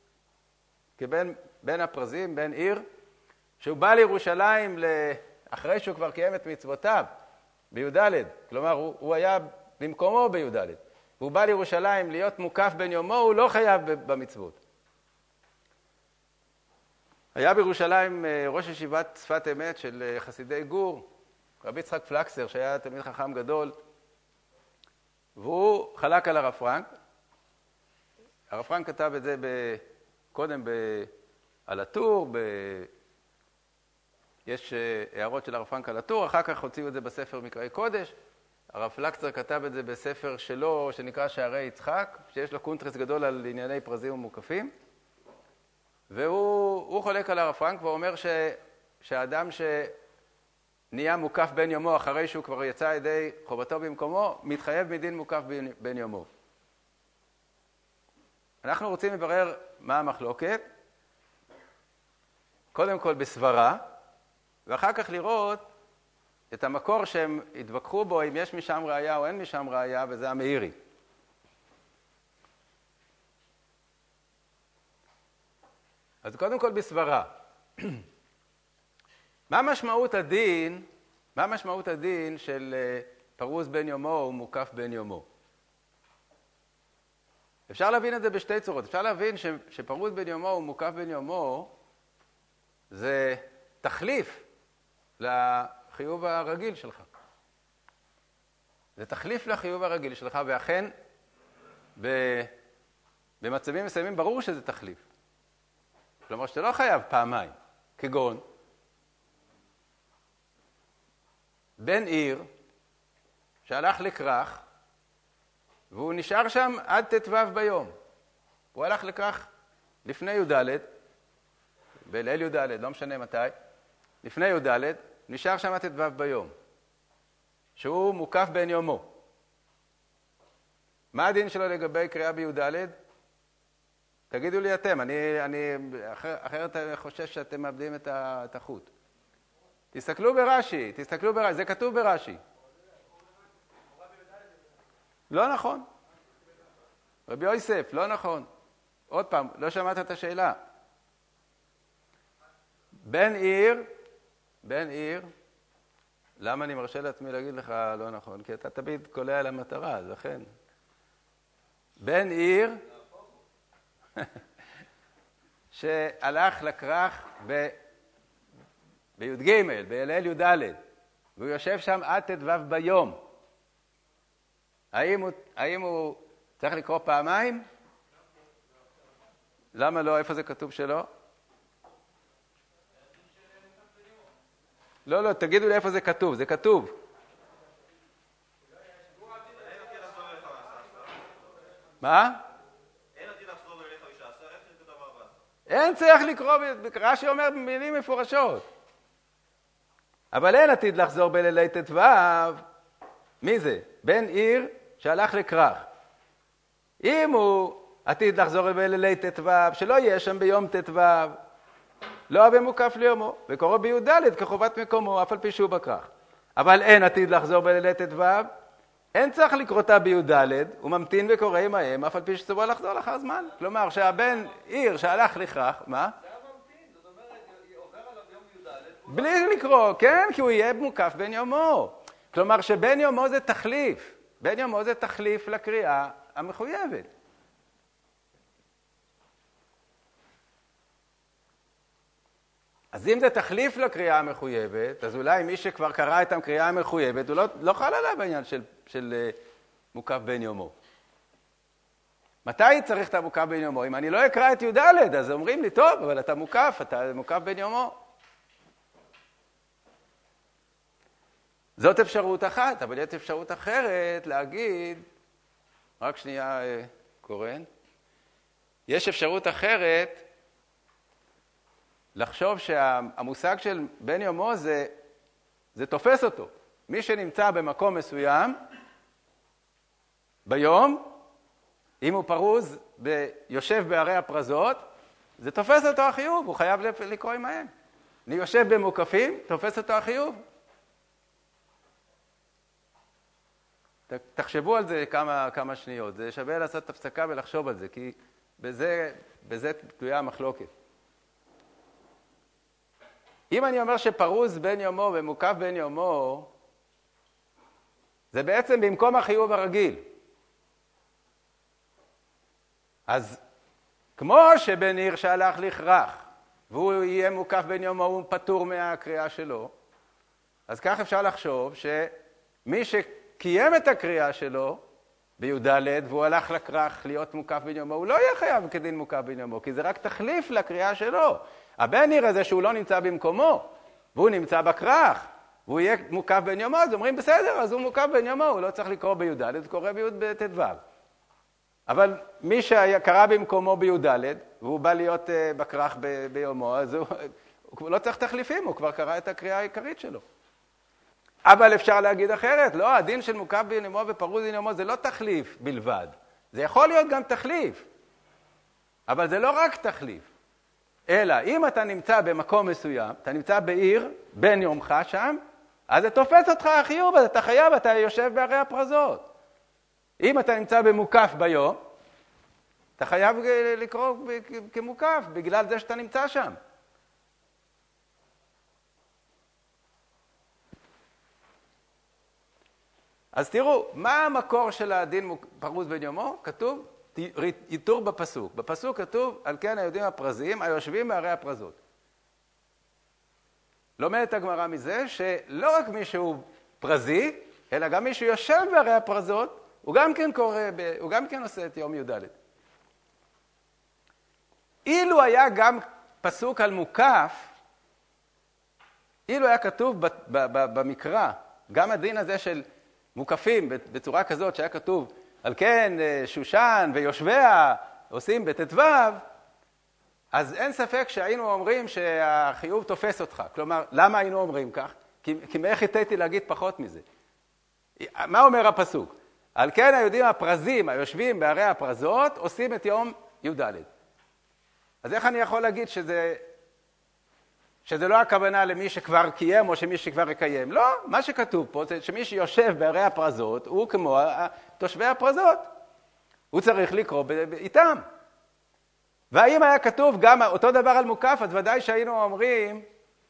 כבן הפרזים, בן עיר, שהוא בא לירושלים אחרי שהוא כבר קיים את מצוותיו בי"ד, כלומר הוא היה במקומו בי"ד, והוא בא לירושלים להיות מוקף בן יומו, הוא לא חייב במצוות. היה בירושלים ראש ישיבת שפת אמת של חסידי גור, רבי יצחק פלקסר, שהיה תלמיד חכם גדול, והוא חלק על הרב פרנק. הרב פרנק כתב את זה קודם על הטור, יש הערות של הרב פרנק על הטור, אחר כך הוציאו את זה בספר מקראי קודש. הרב פלקסר כתב את זה בספר שלו שנקרא שערי יצחק, שיש לו קונטרס גדול על ענייני פרזים ומוקפים. והוא חולק על הרב פרנק ואומר שהאדם שנהיה מוקף בן יומו אחרי שהוא כבר יצא ידי חובתו במקומו, מתחייב מדין מוקף בן יומו. אנחנו רוצים לברר מה המחלוקת, קודם כל בסברה, ואחר כך לראות את המקור שהם התווכחו בו, אם יש משם ראיה או אין משם ראיה, וזה המאירי. אז קודם כל בסברה. מה משמעות הדין של פרוז בן יומו ומוקף בן יומו? אפשר להבין את זה בשתי צורות. אפשר להבין שפרוז בן יומו ומוקף בן יומו זה תחליף לחיוב הרגיל שלך. זה תחליף לחיוב הרגיל שלך, ואכן במצבים מסוימים ברור שזה תחליף. כלומר שאתה לא חייב פעמיים, כגון בן עיר שהלך לכרך והוא נשאר שם עד ט"ו ביום. הוא הלך לכרך לפני י"ד, בליל י"ד, לא משנה מתי, לפני י"ד, נשאר שם עד ט"ו ביום, שהוא מוקף בן יומו. מה הדין שלו לגבי קריאה בי"ד? תגידו לי אתם, אחרת אני חושש שאתם מאבדים את החוט. תסתכלו ברש"י, זה כתוב ברש"י. לא נכון. רבי יוסף, לא נכון. עוד פעם, לא שמעת את השאלה. בן עיר, למה אני מרשה לעצמי להגיד לך לא נכון? כי אתה תמיד קולע על המטרה, אז לכן. בן עיר, שהלך לכרך בי"ג, בהלל י"ד, והוא יושב שם עד ט"ו ביום. האם הוא צריך לקרוא פעמיים? למה לא? איפה זה כתוב שלא? לא, תגידו לי איפה זה כתוב. זה כתוב. מה? אין צריך לקרוא, רש"י אומר במילים מפורשות. אבל אין עתיד לחזור בלילי ט"ו. מי זה? בן עיר שהלך לכרך. אם הוא עתיד לחזור בלילי ט"ו, שלא יהיה שם ביום ט"ו, לא במוקף ליומו, וקורא בי"ד כחובת מקומו, אף על פי שהוא בכרך. אבל אין עתיד לחזור בלילי ט"ו, אין צריך לקרותה בי"ד, הוא ממתין וקורא עמהם, אף על פי שצריך לחזור לאחר זמן. כלומר, שהבן עיר שהלך לכרך, מה? זה היה ממתין, זאת אומרת, עובר עליו יום י"ד. בלי לקרוא, כן, כי הוא יהיה מוקף בן יומו. כלומר, שבן יומו זה תחליף. בן יומו זה תחליף לקריאה המחויבת. אז אם זה תחליף לקריאה המחויבת, אז אולי מי שכבר קרא את הקריאה המחויבת, הוא לא חל עליו בעניין של מוקף בן יומו. מתי צריך את המוקף בן יומו? אם אני לא אקרא את י"ד, אז אומרים לי, טוב, אבל אתה מוקף בן יומו. זאת אפשרות אחת, אבל יש אפשרות אחרת להגיד, רק שנייה קורן, יש אפשרות אחרת לחשוב שהמושג של בן יומו זה תופס אותו. מי שנמצא במקום מסוים, ביום, אם הוא פרוז ויושב בערי הפרזות, זה תופס אותו החיוב, הוא חייב לקרוא עמהם. אני יושב במוקפים, תופס אותו החיוב. תחשבו על זה כמה שניות, זה שווה לעשות את הפסקה ולחשוב על זה, כי בזה תלויה המחלוקת. אם אני אומר שפרוז בן יומו ומוקף בן יומו, זה בעצם במקום החיוב הרגיל. אז כמו שבן עיר שהלך לכרך, והוא יהיה מוקף בן יומו, הוא פטור מהקריאה שלו, אז כך אפשר לחשוב שמי שקיים את הקריאה שלו בי"ד, והוא הלך לכרך להיות מוקף בן יומו, הוא לא יהיה חייב כדין מוקף בן יומו, כי זה רק תחליף לקריאה שלו. הבן עיר הזה שהוא לא נמצא במקומו, והוא נמצא בכרך, והוא יהיה מוקף בן יומו, אז אומרים בסדר, אז הוא מוקף בן יומו, הוא לא צריך לקרוא בי"ד, הוא קורא בט"ו. אבל מי שקרא במקומו בי"ד, והוא בא להיות בכרך ביומו, אז הוא לא צריך תחליפים, הוא כבר קרא את הקריאה העיקרית שלו. אבל אפשר להגיד אחרת, לא, הדין של מוקף בן יומו ופרוז בן יומו זה לא תחליף בלבד. זה יכול להיות גם תחליף, אבל זה לא רק תחליף. אלא אם אתה נמצא במקום מסוים, אתה נמצא בעיר, בן יומך שם, אז זה תופס אותך החיוב, אז אתה חייב, אתה יושב בערי הפרזות. אם אתה נמצא במוקף ביום, אתה חייב לקרוא כמוקף, בגלל זה שאתה נמצא שם. אז תראו, מה המקור של הדין פרוז בן יומו? כתוב ייתור בפסוק. בפסוק כתוב, על כן היהודים הפרזים, היושבים בערי הפרזות. לומדת הגמרא מזה שלא רק מי שהוא פרזי, אלא גם מי שיושב בערי הפרזות, הוא גם כן קורא, הוא גם כן עושה את יום י"ד. אילו היה גם פסוק על מוקף, אילו היה כתוב במקרא, גם הדין הזה של מוקפים בצורה כזאת שהיה כתוב, על כן שושן ויושביה עושים בט"ו, אז אין ספק שהיינו אומרים שהחיוב תופס אותך. כלומר, למה היינו אומרים כך? כי מאיך התאיתי להגיד פחות מזה. מה אומר הפסוק? על כן היהודים הפרזים, היושבים בערי הפרזות, עושים את יום י"ד. אז איך אני יכול להגיד שזה לא הכוונה למי שכבר קיים או שמי שכבר יקיים? לא, מה שכתוב פה זה שמי שיושב בערי הפרזות הוא כמו תושבי הפרזות. הוא צריך לקרוא איתם. והאם היה כתוב גם אותו דבר על מוקף, אז ודאי שהיינו אומרים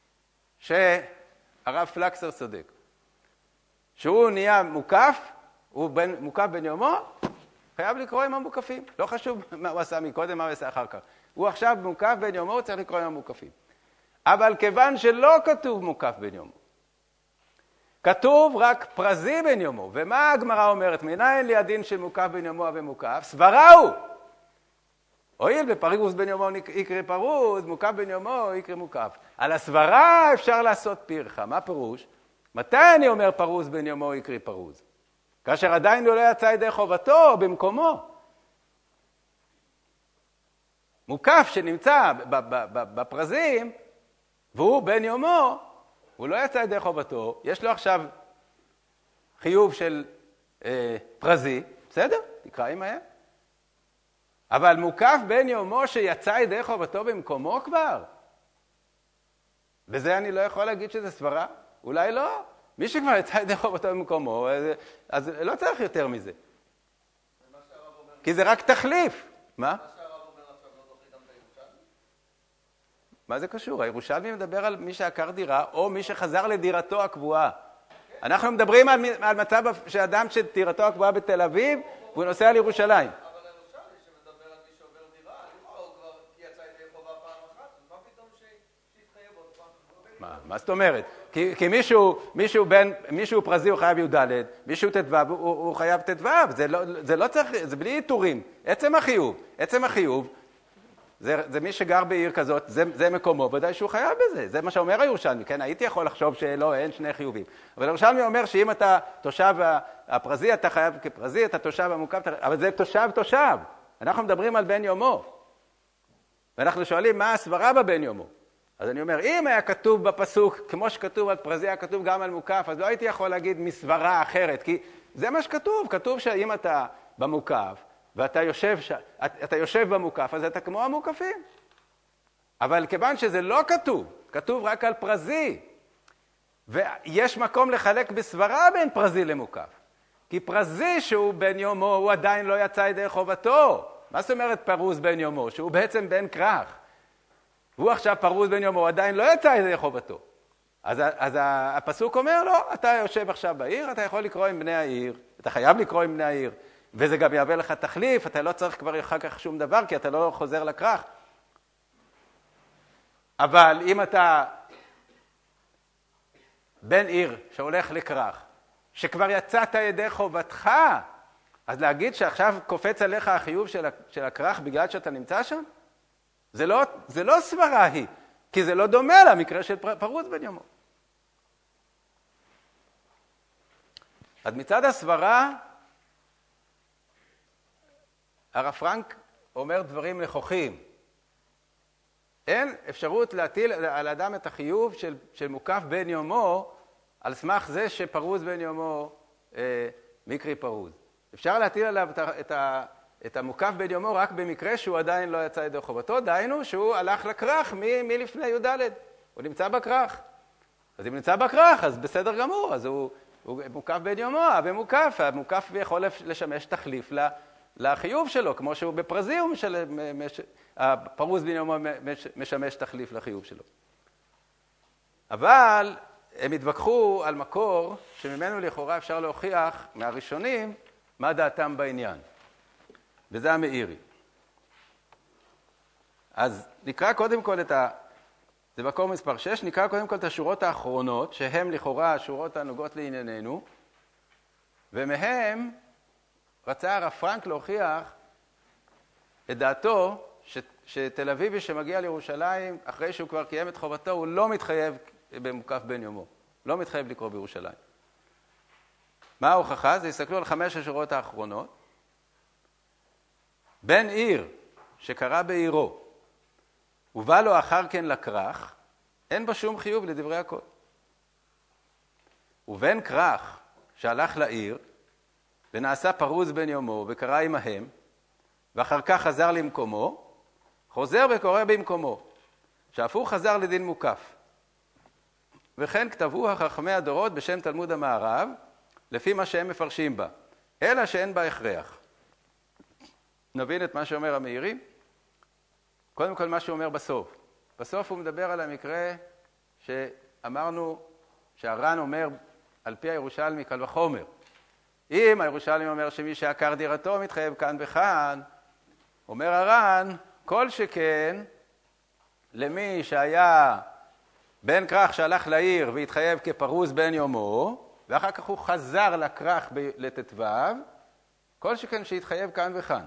שהרב פלקסר צודק. שהוא נהיה מוקף, הוא מוקף בן יומו, חייב לקרוא עם המוקפים. לא חשוב מה הוא עשה מקודם, מה הוא עשה אחר כך. הוא עכשיו מוקף בן יומו, הוא צריך לקרוא עם המוקפים. אבל כיוון שלא כתוב מוקף בן יומו, כתוב רק פרזי בן יומו. ומה הגמרא אומרת? מניין לי הדין של מוקף בן יומו ומוקף? סברה הוא. הואיל בפרוס בן יומו יקרא פרוס, מוקף בן יומו יקרא מוקף. על הסברה אפשר לעשות פירחה. מה פירוש? מתי אני אומר פרוס בן יומו יקרא פרוס? כאשר עדיין הוא לא יצא ידי חובתו במקומו. מוקף שנמצא בפרזים, והוא בן יומו, הוא לא יצא ידי חובתו, יש לו עכשיו חיוב של פרזי, בסדר? תקרא עמהם. אבל מוקף בן יומו שיצא ידי חובתו במקומו כבר. וזה אני לא יכול להגיד שזה סברה? אולי לא. מי שכבר יצא ידי חובתו במקומו, אז לא צריך יותר מזה. כי זה רק תחליף. מה? מה זה קשור? הירושלמי מדבר על מי שעקר דירה, או מי שחזר לדירתו הקבועה. אנחנו מדברים על מצב שאדם שדירתו הקבועה בתל אביב, והוא נוסע לירושלים. אבל הירושלמי שמדבר על מי שעובר דירה, הוא כבר יצא ידי חובה פעם אחת, אז מה פתאום שיתחייב עוד פעם? מה זאת אומרת? כי מישהו פרזי הוא חייב י"ד, מישהו ט"ו הוא חייב ט"ו, זה לא צריך, זה בלי איתורים. עצם החיוב, זה מי שגר בעיר כזאת, זה מקומו, ודאי שהוא חייב בזה. זה מה שאומר הירושלמי, כן? הייתי יכול לחשוב שלא, אין שני חיובים. אבל הירושלמי אומר שאם אתה תושב הפרזי, אתה חייב כפרזי, אתה תושב המוקף, אבל זה תושב. אנחנו מדברים על בן יומו. ואנחנו שואלים מה הסברה בבן יומו. אז אני אומר, אם היה כתוב בפסוק, כמו שכתוב על פרזי, היה כתוב גם על מוקף, אז לא הייתי יכול להגיד מסברה אחרת, כי זה מה שכתוב. כתוב שאם אתה במוקף, ואתה יושב במוקף, אז אתה כמו המוקפים. אבל כיוון שזה לא כתוב, כתוב רק על פרזי, ויש מקום לחלק בסברה בין פרזי למוקף. כי פרזי שהוא בן יומו, הוא עדיין לא יצא ידי חובתו. מה זאת אומרת פרוס בן יומו? שהוא בעצם בן כרך. הוא עכשיו פרוס בן יומו, הוא עדיין לא יצא ידי חובתו. אז הפסוק אומר לו, אתה יושב עכשיו בעיר, אתה יכול לקרוא עם בני העיר, אתה חייב לקרוא עם בני העיר. וזה גם יהווה לך תחליף, אתה לא צריך כבר אחר כך שום דבר, כי אתה לא חוזר לכרך. אבל אם אתה בן עיר שהולך לכרך, שכבר יצאת ידי חובתך, אז להגיד שעכשיו קופץ עליך החיוב של הכרך בגלל שאתה נמצא שם? זה לא סברה היא, כי זה לא דומה למקרה של פרוס בן יומו. אז מצד הסברה, הרב פרנק אומר דברים נכוחים. אין אפשרות להטיל על אדם את החיוב של מוקף בן יומו, על סמך זה שפרוס בן יומו מקרי פרוס. אפשר להטיל עליו את המוקף בן יומו רק במקרה שהוא עדיין לא יצא ידי חובתו, דהיינו שהוא הלך לכרך מלפני י"ד. הוא נמצא בכרך. אז אם נמצא בכרך, אז בסדר גמור, אז הוא מוקף בן יומו, ומוקף. המוקף יכול לשמש תחליף לחיוב שלו, כמו שהוא בפרזי, הפרוס בן יומו משמש תחליף לחיוב שלו. אבל הם התווכחו על מקור שממנו לכאורה אפשר להוכיח מהראשונים מה דעתם בעניין. וזה המאירי. אז נקרא קודם כל זה מקור מספר 6, נקרא קודם כל את השורות האחרונות, שהן לכאורה השורות הנוגעות לענייננו, ומהם רצה הרב פרנק להוכיח את דעתו שתל אביבי שמגיע לירושלים, אחרי שהוא כבר קיים את חובתו, הוא לא מתחייב במוקף בן יומו. לא מתחייב לקרוא בירושלים. מה ההוכחה? זה יסתכלו על 5 השורות האחרונות. בן עיר שקרא בעירו, ובא לו אחר כן לכרך, אין בה שום חיוב לדברי הכל. ובן כרך שהלך לעיר, ונעשה פרוס בן יומו, וקרא עמהם, ואחר כך חזר למקומו, חוזר וקורא במקומו, שאף הוא חזר לדין מוקף. וכן כתבו החכמי הדורות בשם תלמוד המערב, לפי מה שהם מפרשים בה, אלא שאין בה הכרח. נבין את מה שאומר המאירי. קודם כל מה שהוא אומר בסוף. בסוף הוא מדבר על המקרה שאמרנו שהר"ן אומר על פי הירושלמי קל וחומר. אם הירושלמי אומר שמי שעקר דירתו מתחייב כאן וכאן, אומר הר"ן, כל שכן למי שהיה בן כרך שהלך לעיר והתחייב כפרוז בן יומו, ואחר כך הוא חזר לכרך לט"ו, כל שכן שהתחייב כאן וכאן.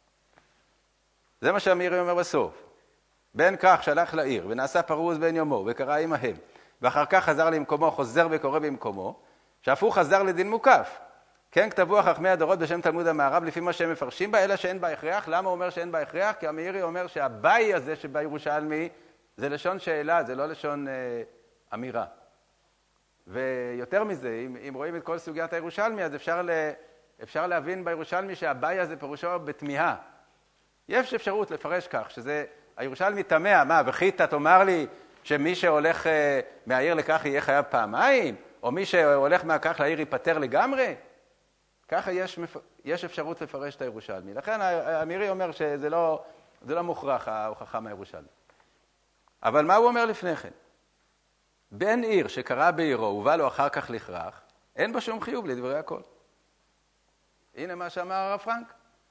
זה מה שהמאירי אומר בסוף. בן כרך שהלך לעיר ונעשה פרוז בן יומו וקרא עמהם, ואחר כך חזר למקומו, חוזר וקורא במקומו, שאף הוא חזר לדין מוקף. כן כתבו חכמי הדורות בשם תלמוד המערב לפי מה שהם מפרשים בה, אלא שאין בה הכרח. למה הוא אומר שאין בה הכרח? כי המאירי אומר שהבאי הזה שבירושלמי זה לשון שאלה, זה לא לשון אמירה. ויותר מזה, אם רואים את כל סוגיית הירושלמי, אז אפשר להבין בירושלמי שהבאי הזה פירושו בתמיהה. יש אפשרות לפרש כך, שזה הירושלמי תמה, מה, וכי אתה תאמר לי שמי שהולך מהעיר לכך יהיה חייב פעמיים? או מי שהולך מהכך לעיר ייפטר לגמרי? ככה יש אפשרות לפרש את הירושלמי. לכן המאירי אומר שזה לא מוכרח ההוכחה מהירושלמי. אבל מה הוא אומר לפני כן? בן עיר שקרא בעירו ובא לו אחר כך לכרך, אין בו שום חיוב לדברי הכל. הנה מה שאמר הרב פרנק.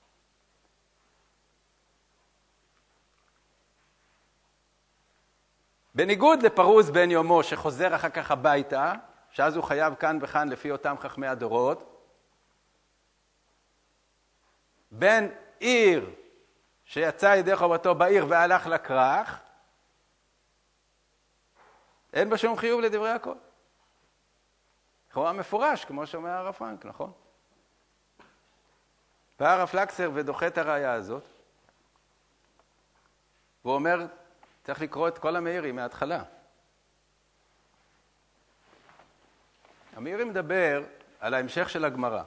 בניגוד לפרוז בן יומו שחוזר אחר כך הביתה, שאז הוא חייב כאן וכאן לפי אותם חכמי הדורות, בן עיר שיצא ידי חובתו בעיר והלך לכרך, אין בה שום חיוב לדברי הכל. לכאורה מפורש, כמו שאומר הרב פרנק, נכון? בא הרב פלקסר ודוחה את הראיה הזאת, והוא אומר, צריך לקרוא את כל המאירי מההתחלה. המאירי מדבר על ההמשך של הגמרא.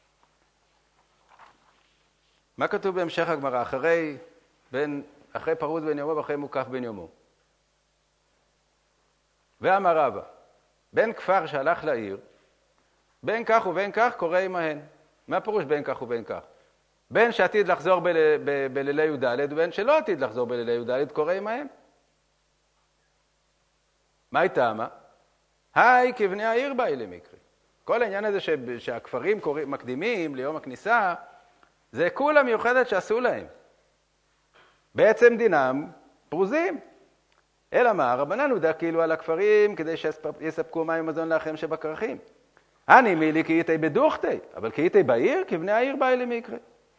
מה כתוב בהמשך הגמרא? אחרי פרוז בן יומו ואחרי מוקף בן יומו. ואמר רבא, בן כפר שהלך לעיר, בין כך ובין כך קורא עמהן. מה פירוש בין כך ובין כך? בין שעתיד לחזור בלילי י"ד ובין שלא עתיד לחזור בלילי י"ד קורא עמהם. מה הייתה מה? היי כבני העיר באי למקרה. כל העניין הזה שהכפרים מקדימים ליום הכניסה, זה כולה מיוחדת שעשו להם. בעצם דינם פרוזים. אלא מה? רבנן הודע כאילו על הכפרים כדי שיספקו מים ומזון לאחים שבכרכים. אני מילי כי איתי בדוכתי, אבל כי איתי בעיר, כבני העיר באי למקרה.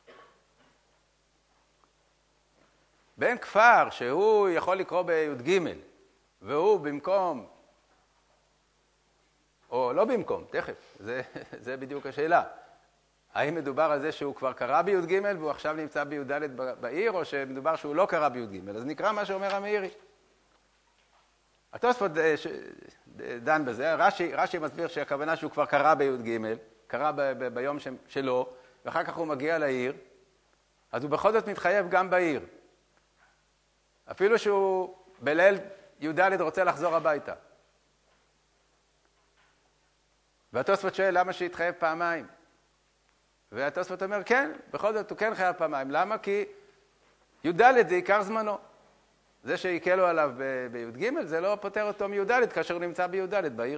בן כפר שהוא יכול לקרוא בי"ג, והוא במקום, או לא במקום, תכף, זה בדיוק השאלה. האם מדובר על זה שהוא כבר קרא בי"ג והוא עכשיו נמצא בי"ד בעיר, או שמדובר שהוא לא קרא בי"ג? אז נקרא מה שאומר המאירי. התוספות דן בזה, רש"י מסביר שהכוונה שהוא כבר קרא בי"ג, קרא ביום שלו, ואחר כך הוא מגיע לעיר, אז הוא בכל זאת מתחייב גם בעיר. אפילו שהוא בליל י"ד רוצה לחזור הביתה. והתוספות שואל למה שיתחייב פעמיים? והתוספות אומר כן, בכל זאת הוא כן חייב פעמיים. למה? כי י"ד זה עיקר זמנו. זה שיקלו עליו בי"ג זה לא פותר אותו מי"ד כאשר הוא נמצא בי"ד בעיר.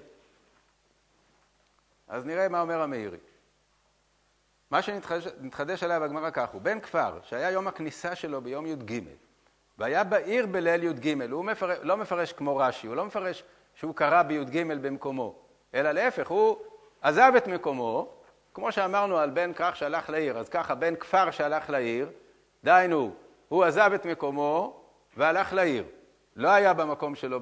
אז נראה מה אומר המאירי. מה שנתחדש עליו בגמרא כך הוא, בן כפר שהיה יום הכניסה שלו ביום י"ג, והיה בעיר בליל י"ג, הוא לא מפרש כמו רש"י, הוא לא מפרש שהוא קרא בי"ג במקומו, אלא להפך, הוא עזב את מקומו, כמו שאמרנו על בן כרך שהלך לעיר, אז ככה בן כפר שהלך לעיר, דיינו, הוא עזב את מקומו והלך לעיר, לא היה במקום שלו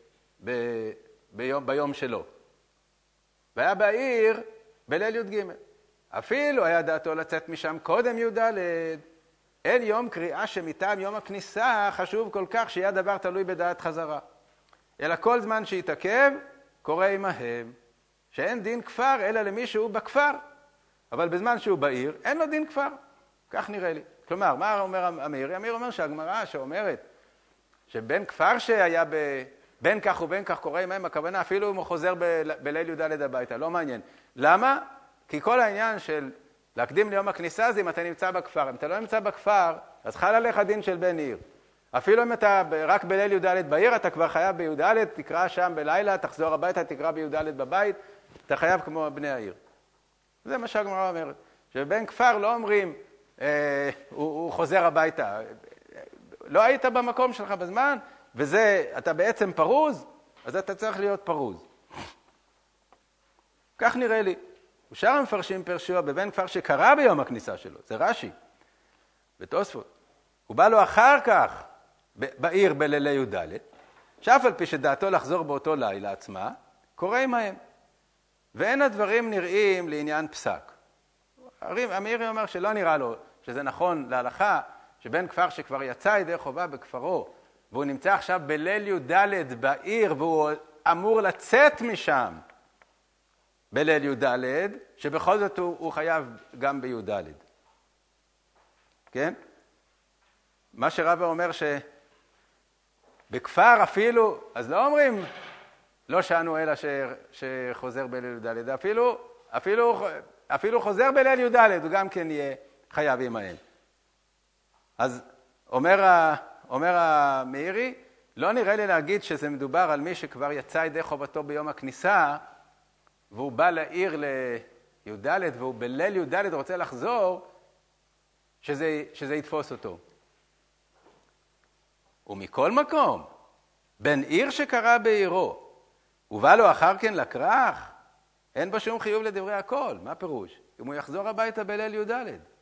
ביום שלו, והיה בעיר בליל י"ג. אפילו היה דעתו לצאת משם קודם י"ד, אין יום קריאה שמטעם יום הכניסה חשוב כל כך שיהיה דבר תלוי בדעת חזרה. אלא כל זמן שיתעכב, קורא עמהם, שאין דין כפר אלא למי שהוא בכפר. אבל בזמן שהוא בעיר, אין לו דין כפר. כך נראה לי. כלומר, מה אומר המאירי? המאירי אומר שהגמרא שאומרת שבן כפר שהיה בין כך ובין כך קורא עמהם, הכוונה אפילו אם הוא חוזר בליל י"ד הביתה, לא מעניין. למה? כי כל העניין של להקדים ליום הכניסה זה אם אתה נמצא בכפר. אם אתה לא נמצא בכפר, אז חל עליך דין של בן עיר. אפילו אם אתה רק בליל י"ד בעיר, אתה כבר חייב בי"ד, תקרא שם בלילה, תחזור הביתה, תקרא בי"ד בבית, אתה חייב כמו בני העיר. זה מה שהגמרא אומרת. שבבן כפר לא אומרים, הוא חוזר הביתה. לא היית במקום שלך בזמן, וזה, אתה בעצם פרוז, אז אתה צריך להיות פרוז. כך נראה לי. ושאר המפרשים פרשו בבן כפר שקרה ביום הכניסה שלו, זה רש"י, בתוספות. הוא בא לו אחר כך בעיר בלילי י"ד, שאף על פי שדעתו לחזור באותו לילה עצמה, קורה עמהם. ואין הדברים נראים לעניין פסק. המאירי אומר שלא נראה לו שזה נכון להלכה, שבן כפר שכבר יצא ידי חובה בכפרו, והוא נמצא עכשיו בליל י"ד בעיר, והוא אמור לצאת משם בליל י"ד, שבכל זאת הוא חייב גם בי"ד. כן? מה שרבא אומר שבכפר אפילו, אז לא אומרים לא שענו אלא שחוזר בליל י"ד, אפילו חוזר בליל י"ד, הוא גם כן יהיה חייב עמהם. אז אומר המאירי, לא נראה לי להגיד שזה מדובר על מי שכבר יצא ידי חובתו ביום הכניסה, והוא בא לעיר לי"ד, והוא בליל י"ד רוצה לחזור, שזה יתפוס אותו. ומכל מקום, בן עיר שקרא בעירו, ובא לו אחר כן לכרך, אין בו שום חיוב לדברי הכל. מה פירוש? אם הוא יחזור הביתה בליל י"ד.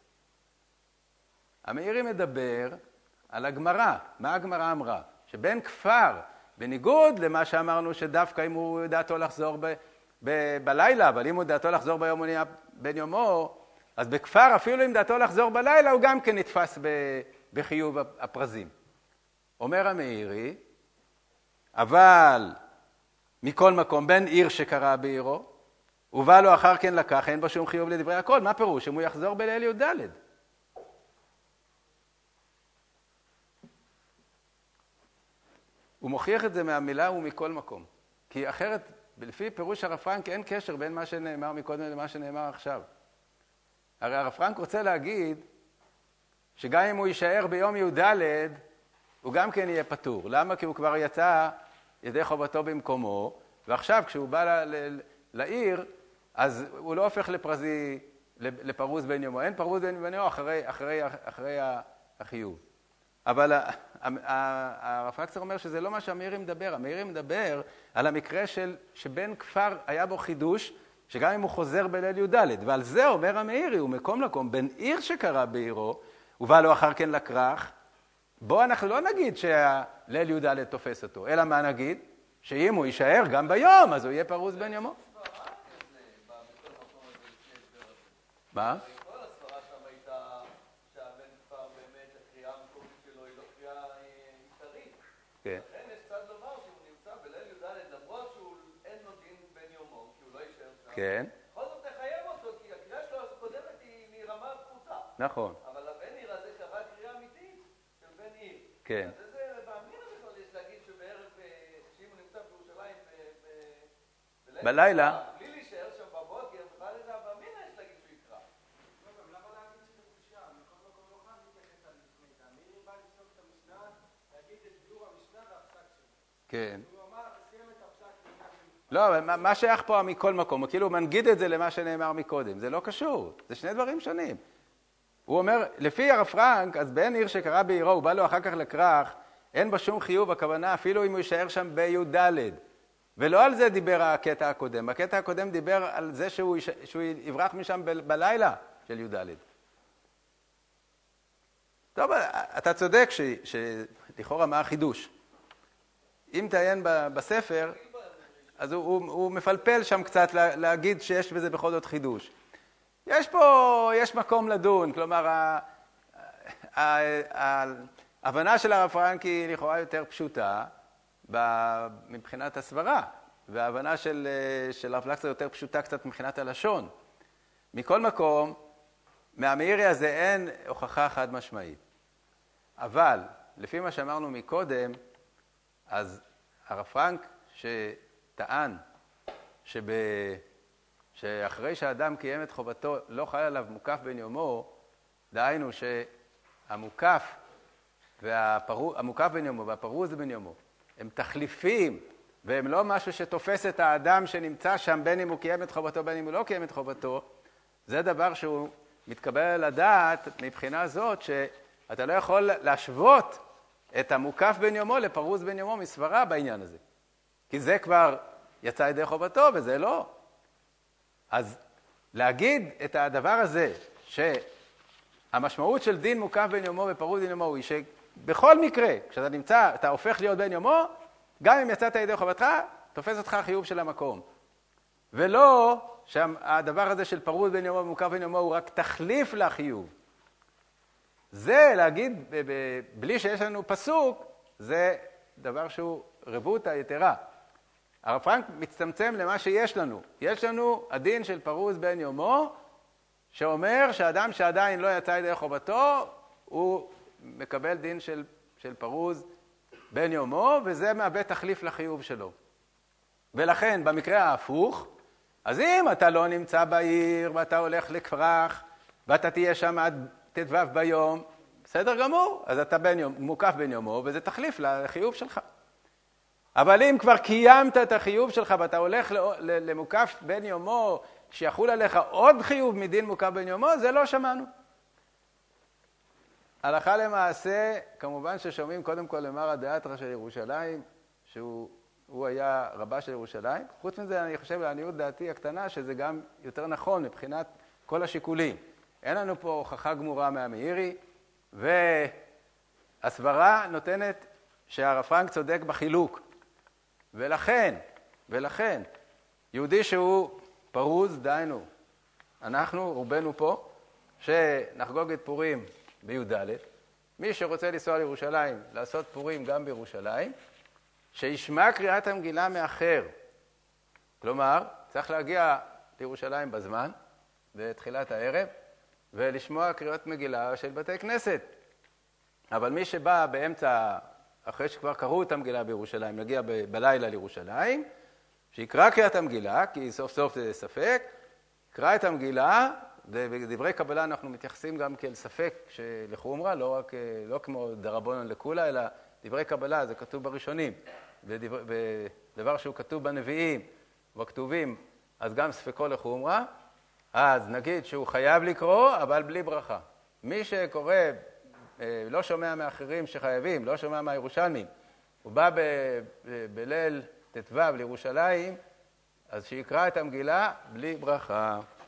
המאירי מדבר על הגמרא. מה הגמרא אמרה? שבן כפר, בניגוד למה שאמרנו שדווקא אם הוא דעתו לחזור בלילה, אבל אם הוא דעתו לחזור ביום הוא נהיה בן יומו, אז בכפר אפילו אם דעתו לחזור בלילה הוא גם כן נתפס בחיוב הפרזים. אומר המאירי, אבל מכל מקום בן עיר שקרא בעירו, ובא לו אחר כן לקח, אין בו שום חיוב לדברי הכל. מה פירוש? אם הוא יחזור בליל י"ד. הוא מוכיח את זה מהמילה ומכל מקום. כי אחרת, לפי פירוש הרב פרנק, אין קשר בין מה שנאמר מקודם למה שנאמר עכשיו. הרי הרב פרנק רוצה להגיד שגם אם הוא יישאר ביום י"ד, הוא גם כן יהיה פטור. למה? כי הוא כבר יצא ידי חובתו במקומו, ועכשיו כשהוא בא לעיר, אז הוא לא הופך לפרוז בן יומו. אין פרוז בן יומו אחרי החיוב. אבל הרב פרנק אומר שזה לא מה שהמאירי מדבר. המאירי מדבר על המקרה שבן כפר היה בו חידוש, שגם אם הוא חוזר בליל י"ד, ועל זה אומר המאירי, הוא מקום לקום, בן עיר שקרא בעירו, ובא לו אחר כן לכרך, בוא אנחנו לא נגיד שהליל י"ד תופס אותו, אלא מה נגיד? שאם הוא יישאר גם ביום, אז הוא יהיה פרוז בן יומו. מה? כל הסברה שם הייתה שהבן כפר באמת הקריאה המקומית שלו היא לא קריאה עיקרית. כן. לכן יש צד לומר שהוא נמצא בליל י"ד, למרות שהוא אין לו דין בן יומו, כי הוא לא יישאר שם. כן. בכל זאת תחייב אותו, כי הקריאה שלו הקודמת היא מרמה פחותה. נכון. אבל הבן עיר הזה קרא קריאה אמיתית של בן עיר. כן. אז איזה באמינה בכלל יש להגיד שבערב, שאם הוא נמצא בירושלים בלילה. בלי להישאר שם בבוקר, בכלל איזה באמינה יש להגיד שהוא יקרא. למה להגיד שזה קושייה? מכל מקום לא חייב להתייחס על לפני זה. המאירי בא לפסוק את המשנה, להגיד את ביאור המשנה והפסק שלו. כן. הוא אמר, סיים את הפסק בעניין של... לא, אבל מה שייך פה מכל מקום? הוא כאילו מנגיד את זה למה שנאמר מקודם. זה לא קשור. זה שני דברים שונים. הוא אומר, לפי הרב פרנק, אז בן עיר שקרא בעירו, הוא בא לו אחר כך לכרך, אין בו שום חיוב הכוונה, אפילו אם הוא יישאר שם בי"ד. ולא על זה דיבר הקטע הקודם. הקטע הקודם דיבר על זה שהוא יברח משם בלילה של י"ד. טוב, אתה צודק שלכאורה מה החידוש. אם תעיין בספר, אז הוא מפלפל שם קצת להגיד שיש בזה בכל זאת חידוש. יש מקום לדון, כלומר, ההבנה של הרב פרנק היא לכאורה יותר פשוטה מבחינת הסברה, וההבנה של הרב לקסר יותר פשוטה קצת מבחינת הלשון. מכל מקום, מהמאירי הזה אין הוכחה חד משמעית. אבל, לפי מה שאמרנו מקודם, אז הרב פרנק שטען שאחרי שהאדם קיים את חובתו לא חל עליו מוקף בן יומו, דהיינו שהמוקף בן יומו והפרוז בן יומו הם תחליפים, והם לא משהו שתופס את האדם שנמצא שם בין אם הוא קיים את חובתו בין אם הוא לא קיים את חובתו, זה דבר שהוא מתקבל על הדעת מבחינה זאת שאתה לא יכול להשוות את המוקף בן יומו לפרוז בן יומו מסברה בעניין הזה. כי זה כבר יצא ידי חובתו וזה לא. אז להגיד את הדבר הזה, שהמשמעות של דין מוקף בן יומו ופרוז בן יומו היא שבכל מקרה, כשאתה נמצא, אתה הופך להיות בן יומו, גם אם יצאת ידי חובתך, תופס אותך החיוב של המקום. ולא שהדבר הזה של פרוז בן יומו ומוקף בן יומו הוא רק תחליף לחיוב. זה להגיד בלי שיש לנו פסוק, זה דבר שהוא רבותא יתרה. הרב פרנק מצטמצם למה שיש לנו. יש לנו הדין של פרוז בן יומו, שאומר שאדם שעדיין לא יצא ידי חובתו, הוא מקבל דין של פרוז בן יומו, וזה מהווה תחליף לחיוב שלו. ולכן, במקרה ההפוך, אז אם אתה לא נמצא בעיר, ואתה הולך לכרך, ואתה תהיה שם עד ט"ו ביום, בסדר גמור, אז אתה מוקף בן יומו, וזה תחליף לחיוב שלך. אבל אם כבר קיימת את החיוב שלך, ואתה הולך למוקף בן יומו, כשיחול עליך עוד חיוב מדין מוקף בן יומו, זה לא שמענו. הלכה למעשה, כמובן ששומעים קודם כל למרא דאתרא של ירושלים, שהוא היה רבה של ירושלים. חוץ מזה, אני חושב לעניות דעתי הקטנה, שזה גם יותר נכון מבחינת כל השיקולים. אין לנו פה הוכחה גמורה מהמאירי, והסברה נותנת שהרב פרנק צודק בחילוק. ולכן, יהודי שהוא פרוז, דיינו, אנחנו, רובנו פה, שנחגוג את פורים בי"ד, מי שרוצה לנסוע לירושלים, לעשות פורים גם בירושלים, שישמע קריאת המגילה מאחר. כלומר, צריך להגיע לירושלים בזמן, בתחילת הערב, ולשמוע קריאות מגילה של בתי כנסת. אבל מי שבא באמצע, אחרי שכבר קראו את המגילה בירושלים, מגיע בלילה לירושלים, שיקרא קריאת המגילה, כי סוף סוף זה ספק, קרא את המגילה, ובדברי קבלה אנחנו מתייחסים גם כאל ספק לחומרה, לא כמו דרבנן לכולה, אלא דברי קבלה, זה כתוב בראשונים, ודבר שהוא כתוב בנביאים ובכתובים, אז גם ספקו לחומרה, אז נגיד שהוא חייב לקרוא, אבל בלי ברכה. מי שקורא, לא שומע מאחרים שחייבים, לא שומע מהירושלמים, הוא בא בליל ט"ו לירושלים, אז שיקרא את המגילה בלי ברכה.